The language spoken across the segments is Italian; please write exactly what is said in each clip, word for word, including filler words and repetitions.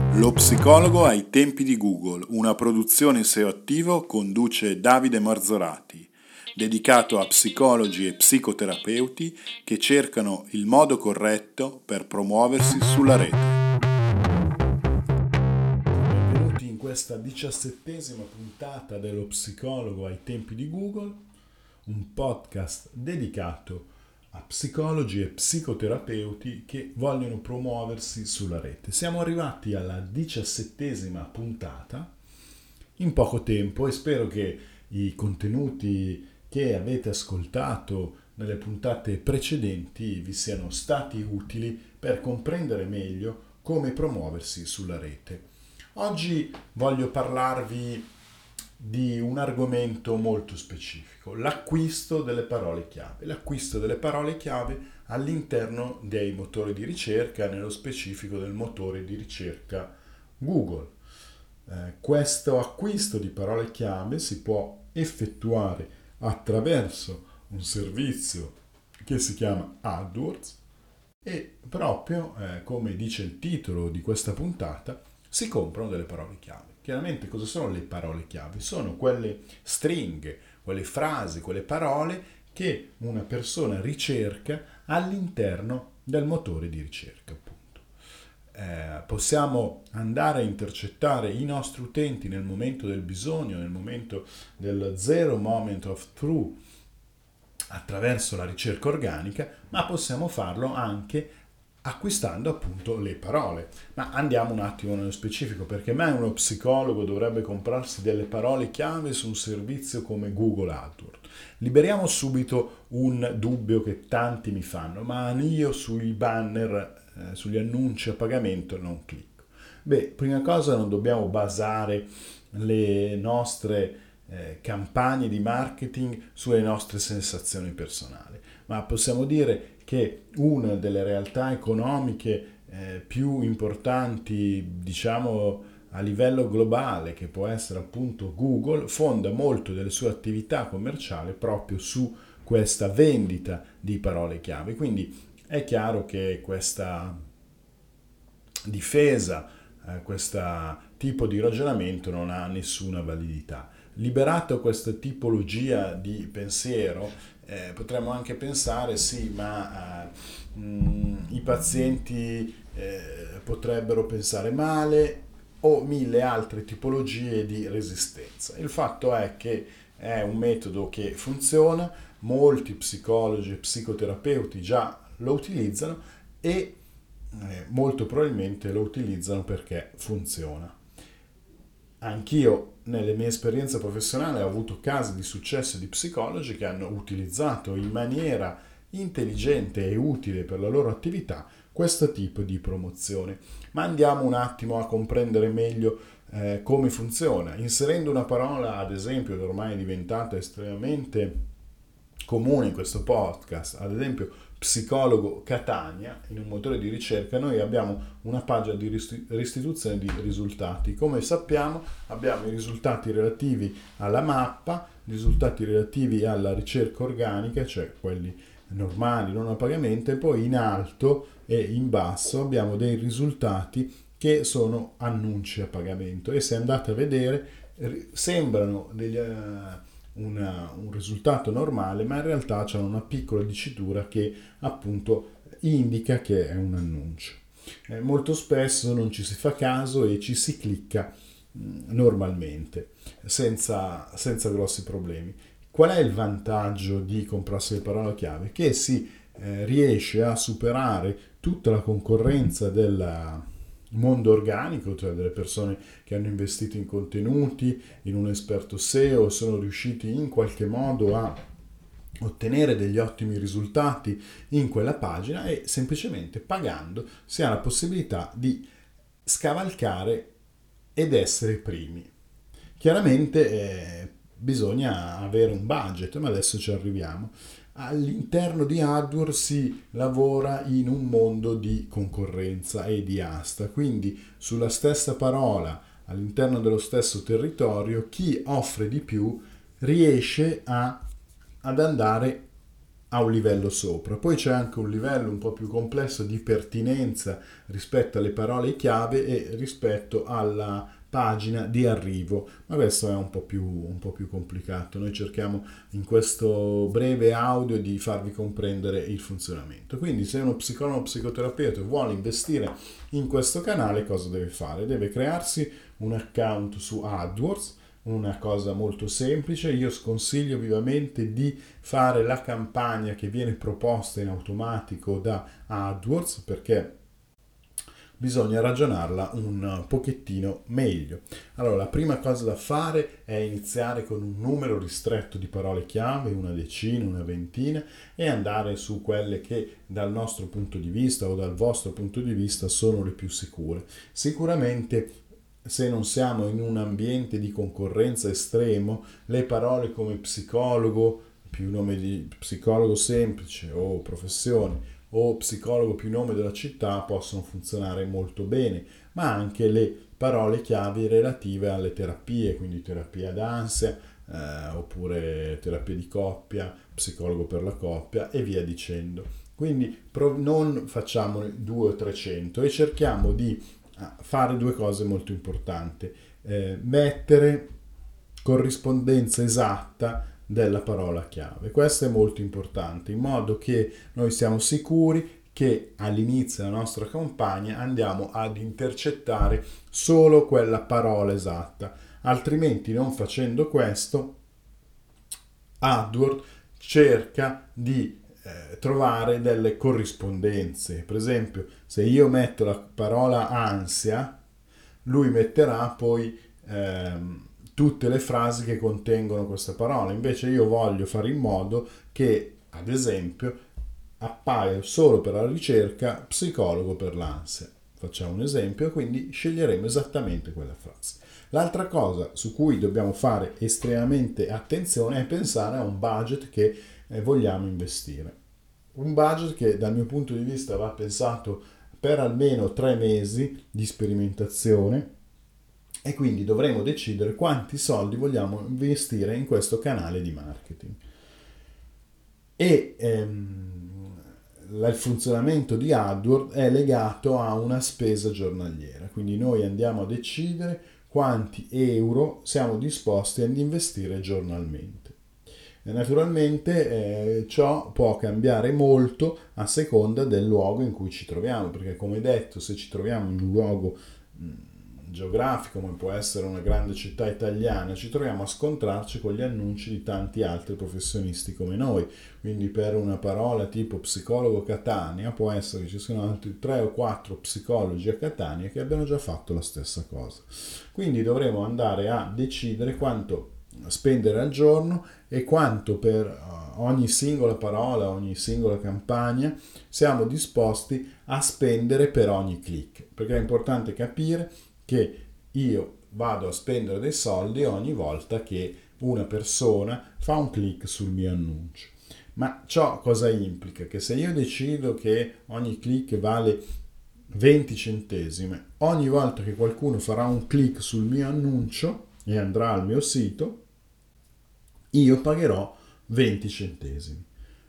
Lo psicologo ai tempi di Google, una produzione S E O attivo, conduce Davide Marzorati, dedicato a psicologi e psicoterapeuti che cercano il modo corretto per promuoversi sulla rete. Benvenuti in questa diciassettesima puntata dello psicologo ai tempi di Google, un podcast dedicato a psicologi e psicoterapeuti che vogliono promuoversi sulla rete. Siamo arrivati alla diciassettesima puntata in poco tempo e spero che i contenuti che avete ascoltato nelle puntate precedenti vi siano stati utili per comprendere meglio come promuoversi sulla rete. Oggi voglio parlarvi di un argomento molto specifico, l'acquisto delle parole chiave. L'acquisto delle parole chiave all'interno dei motori di ricerca, nello specifico del motore di ricerca Google. Eh, questo acquisto di parole chiave si può effettuare attraverso un servizio che si chiama AdWords e proprio, eh, come dice il titolo di questa puntata, si comprano delle parole chiave. Chiaramente cosa sono le parole chiave? Sono quelle stringhe, quelle frasi, quelle parole che una persona ricerca all'interno del motore di ricerca, appunto. Eh, possiamo andare a intercettare i nostri utenti nel momento del bisogno, nel momento del zero moment of truth, attraverso la ricerca organica, ma possiamo farlo anche acquistando appunto le parole. Ma andiamo un attimo nello specifico, perché mai uno psicologo dovrebbe comprarsi delle parole chiave su un servizio come Google AdWords? Liberiamo subito un dubbio che tanti mi fanno, ma io sui banner, eh, sugli annunci a pagamento non clicco. Beh, prima cosa non dobbiamo basare le nostre eh, campagne di marketing sulle nostre sensazioni personali, ma possiamo dire che una delle realtà economiche eh, più importanti, diciamo a livello globale, che può essere appunto Google, fonda molto delle sue attività commerciali proprio su questa vendita di parole chiave. Quindi è chiaro che questa difesa, eh, questo tipo di ragionamento non ha nessuna validità. Liberato questa tipologia di pensiero, eh, potremmo anche pensare, sì, ma eh, mh, i pazienti eh, potrebbero pensare male o mille altre tipologie di resistenza. Il fatto è che è un metodo che funziona, molti psicologi e psicoterapeuti già lo utilizzano e eh, molto probabilmente lo utilizzano perché funziona. Anch'io nelle mie esperienze professionali ho avuto casi di successo di psicologi che hanno utilizzato in maniera intelligente e utile per la loro attività questo tipo di promozione. Ma andiamo un attimo a comprendere meglio eh, come funziona. Inserendo una parola, ad esempio, che ormai è diventata estremamente comune in questo podcast, ad esempio psicologo Catania, in un motore di ricerca noi abbiamo una pagina di restituzione di risultati. Come sappiamo abbiamo i risultati relativi alla mappa, i risultati relativi alla ricerca organica, cioè quelli normali, non a pagamento, e poi in alto e in basso abbiamo dei risultati che sono annunci a pagamento e se andate a vedere sembrano degli... Uh, Una, un risultato normale, ma in realtà c'è una piccola dicitura che appunto indica che è un annuncio. Eh, molto spesso non ci si fa caso e ci si clicca mh, normalmente, senza, senza grossi problemi. Qual è il vantaggio di comprarsi le parole chiave? Che si eh, riesce a superare tutta la concorrenza della mondo organico, cioè delle persone che hanno investito in contenuti, in un esperto S E O, sono riusciti in qualche modo a ottenere degli ottimi risultati in quella pagina e semplicemente pagando si ha la possibilità di scavalcare ed essere primi. Chiaramente eh, bisogna avere un budget, ma adesso ci arriviamo. All'interno di AdWords si lavora in un mondo di concorrenza e di asta, quindi sulla stessa parola, all'interno dello stesso territorio, chi offre di più riesce a, ad andare a un livello sopra. Poi c'è anche un livello un po' più complesso di pertinenza rispetto alle parole chiave e rispetto alla pagina di arrivo, ma questo è un po' più, un po' più complicato. Noi cerchiamo in questo breve audio di farvi comprendere il funzionamento. Quindi se uno psicologo o psicoterapeuta vuole investire in questo canale, cosa deve fare? Deve crearsi un account su AdWords, una cosa molto semplice. Io sconsiglio vivamente di fare la campagna che viene proposta in automatico da AdWords, perché bisogna ragionarla un pochettino meglio. Allora, la prima cosa da fare è iniziare con un numero ristretto di parole chiave, una decina, una ventina, e andare su quelle che dal nostro punto di vista o dal vostro punto di vista sono le più sicure. Sicuramente, se non siamo in un ambiente di concorrenza estremo, le parole come psicologo, più nome di psicologo semplice o professione, o psicologo più nome della città possono funzionare molto bene, ma anche le parole chiave relative alle terapie, quindi terapia d'ansia, eh, oppure terapia di coppia, psicologo per la coppia e via dicendo. Quindi non facciamone due o trecento e cerchiamo di fare due cose molto importanti: eh, mettere corrispondenza esatta della parola chiave. Questo è molto importante, in modo che noi siamo sicuri che all'inizio della nostra campagna andiamo ad intercettare solo quella parola esatta. Altrimenti, non facendo questo, AdWords cerca di eh, trovare delle corrispondenze. Per esempio, se io metto la parola ansia, lui metterà poi ehm, tutte le frasi che contengono questa parola. Invece io voglio fare in modo che, ad esempio, appaia solo per la ricerca psicologo per l'ansia. Facciamo un esempio, quindi sceglieremo esattamente quella frase. L'altra cosa su cui dobbiamo fare estremamente attenzione è pensare a un budget che eh, vogliamo investire. Un budget che dal mio punto di vista va pensato per almeno tre mesi di sperimentazione, e quindi dovremo decidere quanti soldi vogliamo investire in questo canale di marketing. E ehm, il funzionamento di AdWords è legato a una spesa giornaliera, quindi noi andiamo a decidere quanti euro siamo disposti ad investire giornalmente. E naturalmente eh, ciò può cambiare molto a seconda del luogo in cui ci troviamo, perché come detto, se ci troviamo in un luogo mh, geografico, come può essere una grande città italiana, ci troviamo a scontrarci con gli annunci di tanti altri professionisti come noi. Quindi per una parola tipo psicologo Catania può essere che ci siano altri tre o quattro psicologi a Catania che abbiano già fatto la stessa cosa. Quindi dovremo andare a decidere quanto spendere al giorno e quanto per ogni singola parola, ogni singola campagna siamo disposti a spendere per ogni click, perché è importante capire che io vado a spendere dei soldi ogni volta che una persona fa un click sul mio annuncio. Ma ciò cosa implica? Che se io decido che ogni click vale venti centesimi, ogni volta che qualcuno farà un click sul mio annuncio e andrà al mio sito, io pagherò venti centesimi.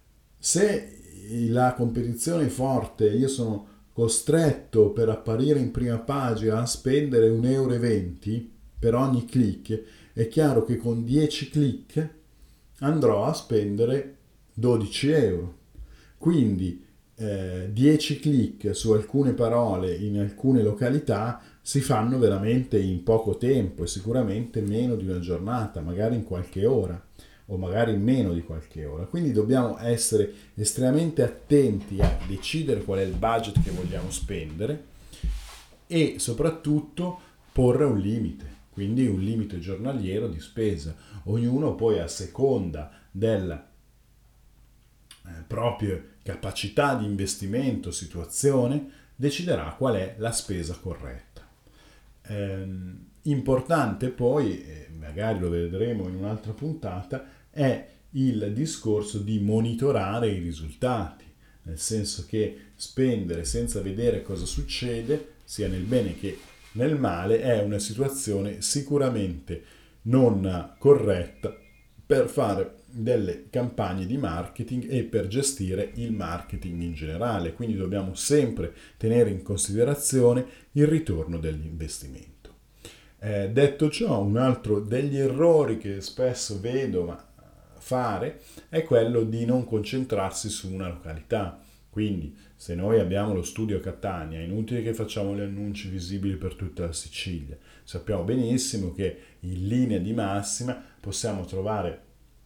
Se la competizione è forte, io sono costretto per apparire in prima pagina a spendere un euro e venti per ogni click, è chiaro che con dieci click andrò a spendere dodici euro. Quindi eh, dieci click su alcune parole in alcune località si fanno veramente in poco tempo e sicuramente meno di una giornata, magari in qualche ora o magari meno di qualche ora. Quindi dobbiamo essere estremamente attenti a decidere qual è il budget che vogliamo spendere e soprattutto porre un limite, quindi un limite giornaliero di spesa. Ognuno poi, a seconda della eh, propria capacità di investimento, situazione, deciderà qual è la spesa corretta. Ehm, importante poi, eh, magari lo vedremo in un'altra puntata, è il discorso di monitorare i risultati, nel senso che spendere senza vedere cosa succede, sia nel bene che nel male, è una situazione sicuramente non corretta per fare delle campagne di marketing e per gestire il marketing in generale. Quindi dobbiamo sempre tenere in considerazione il ritorno dell'investimento. Eh, detto ciò, un altro degli errori che spesso vedo ma, fare è quello di non concentrarsi su una località. Quindi se noi abbiamo lo studio a Catania, è inutile che facciamo gli annunci visibili per tutta la Sicilia. Sappiamo benissimo che in linea di massima possiamo trovare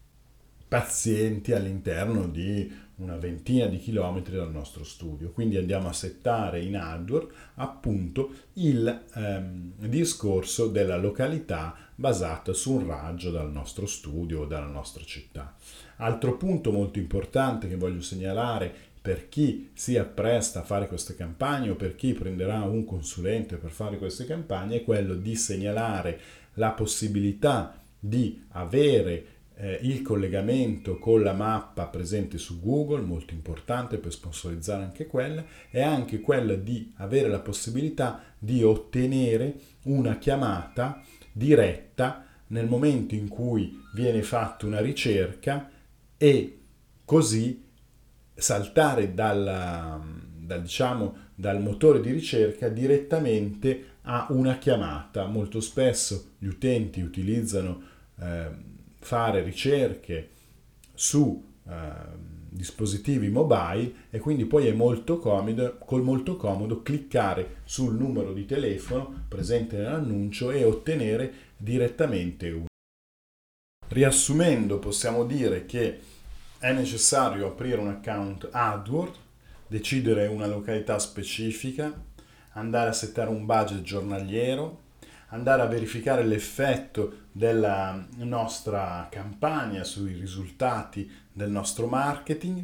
pazienti all'interno di una ventina di chilometri dal nostro studio. Quindi andiamo a settare in AdWords appunto il ehm, discorso della località basata su un raggio dal nostro studio o dalla nostra città. Altro punto molto importante che voglio segnalare per chi si appresta a fare queste campagne o per chi prenderà un consulente per fare queste campagne è quello di segnalare la possibilità di avere eh, il collegamento con la mappa presente su Google, molto importante per sponsorizzare anche quella, e anche quella di avere la possibilità di ottenere una chiamata diretta nel momento in cui viene fatta una ricerca e così saltare dalla, dal, diciamo, dal motore di ricerca direttamente a una chiamata. Molto spesso gli utenti utilizzano eh, fare ricerche su eh, dispositivi mobile e quindi poi è molto comodo, col molto comodo cliccare sul numero di telefono presente nell'annuncio e ottenere direttamente un. Riassumendo, possiamo dire che è necessario aprire un account AdWords, decidere una località specifica, andare a settare un budget giornaliero, andare a verificare l'effetto della nostra campagna sui risultati del nostro marketing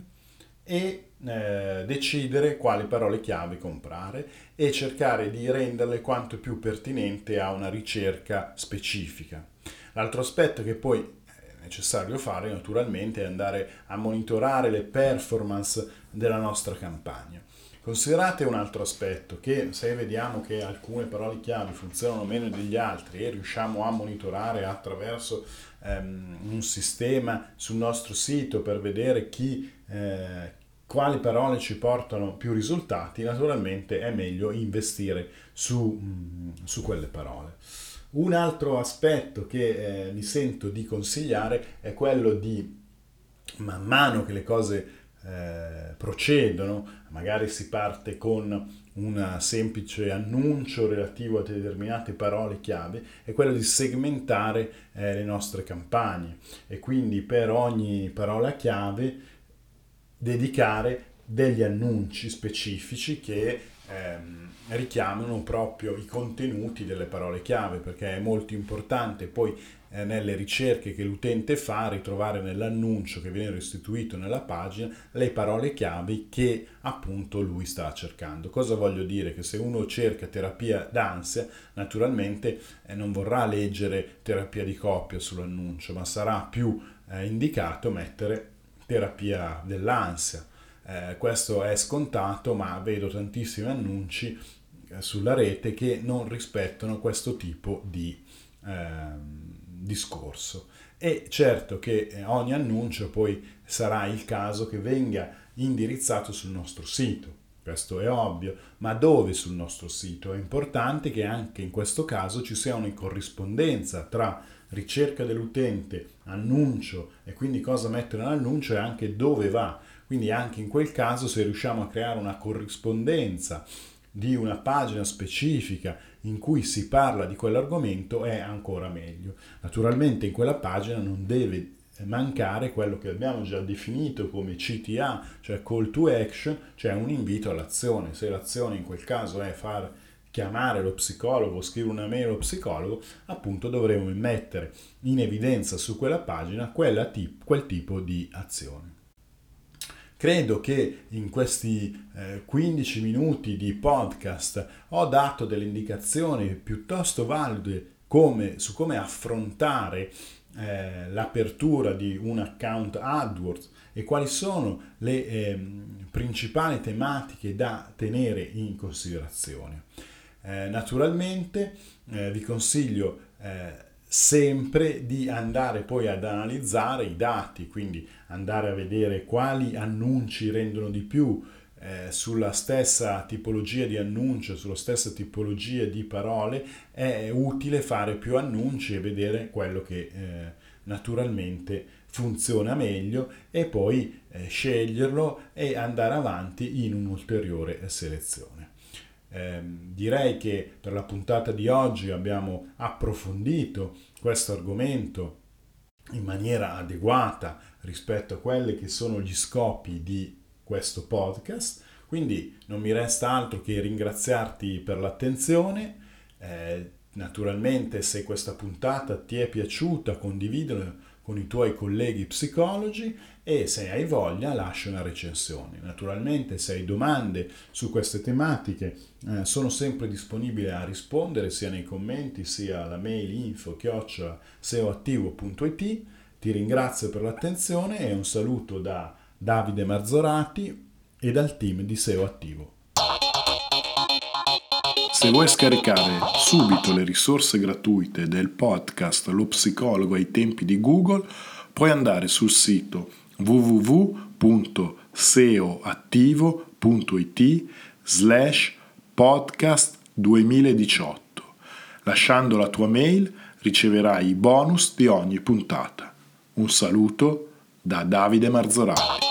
e eh, decidere quali parole chiave comprare e cercare di renderle quanto più pertinente a una ricerca specifica. L'altro aspetto che poi necessario fare naturalmente è andare a monitorare le performance della nostra campagna. Considerate un altro aspetto, che se vediamo che alcune parole chiave funzionano meno degli altri e riusciamo a monitorare attraverso ehm, un sistema sul nostro sito per vedere chi, eh, quali parole ci portano più risultati, naturalmente è meglio investire su, mh, su quelle parole. Un altro aspetto che eh, mi sento di consigliare è quello di, man mano che le cose eh, procedono, magari si parte con un semplice annuncio relativo a determinate parole chiave, è quello di segmentare eh, le nostre campagne e quindi per ogni parola chiave dedicare degli annunci specifici che ehm, richiamano proprio i contenuti delle parole chiave, perché è molto importante poi eh, nelle ricerche che l'utente fa ritrovare nell'annuncio che viene restituito nella pagina le parole chiave che appunto lui sta cercando. Cosa voglio dire? Che se uno cerca terapia d'ansia, naturalmente eh, non vorrà leggere terapia di coppia sull'annuncio, ma sarà più eh, indicato mettere terapia dell'ansia. Eh, questo è scontato, ma vedo tantissimi annunci eh, sulla rete che non rispettano questo tipo di eh, discorso. E certo che eh, ogni annuncio poi sarà il caso che venga indirizzato sul nostro sito. Questo è ovvio, ma dove sul nostro sito? È importante che anche in questo caso ci sia una corrispondenza tra ricerca dell'utente, annuncio e quindi cosa mettere nell'annuncio e anche dove va. Quindi anche in quel caso se riusciamo a creare una corrispondenza di una pagina specifica in cui si parla di quell'argomento è ancora meglio. Naturalmente in quella pagina non deve mancare quello che abbiamo già definito come C T A, cioè call to action, cioè un invito all'azione. Se l'azione in quel caso è far chiamare lo psicologo, scrivere una mail allo psicologo, appunto dovremo mettere in evidenza su quella pagina quella tip, quel tipo di azione. Credo che in questi eh, quindici minuti di podcast ho dato delle indicazioni piuttosto valide come, su come affrontare eh, l'apertura di un account AdWords e quali sono le eh, principali tematiche da tenere in considerazione. Eh, naturalmente eh, vi consiglio eh, sempre di andare poi ad analizzare i dati, quindi andare a vedere quali annunci rendono di più eh, sulla stessa tipologia di annuncio, sulla stessa tipologia di parole. È utile fare più annunci e vedere quello che eh, naturalmente funziona meglio e poi eh, sceglierlo e andare avanti in un'ulteriore selezione. Eh, direi che per la puntata di oggi abbiamo approfondito questo argomento in maniera adeguata rispetto a quelli che sono gli scopi di questo podcast, quindi non mi resta altro che ringraziarti per l'attenzione. Eh, naturalmente, se questa puntata ti è piaciuta, condividila con i tuoi colleghi psicologi e se hai voglia lascia una recensione. Naturalmente, se hai domande su queste tematiche eh, sono sempre disponibile a rispondere sia nei commenti sia alla mail info chiocciola seoattivo punto it. Ti ringrazio per l'attenzione e un saluto da Davide Marzorati e dal team di S E O Attivo. Se vuoi scaricare subito le risorse gratuite del podcast Lo Psicologo ai tempi di Google, puoi andare sul sito w w w punto seoattivo punto it slash podcast duemiladiciotto. Lasciando la tua mail riceverai i bonus di ogni puntata. Un saluto da Davide Marzorati.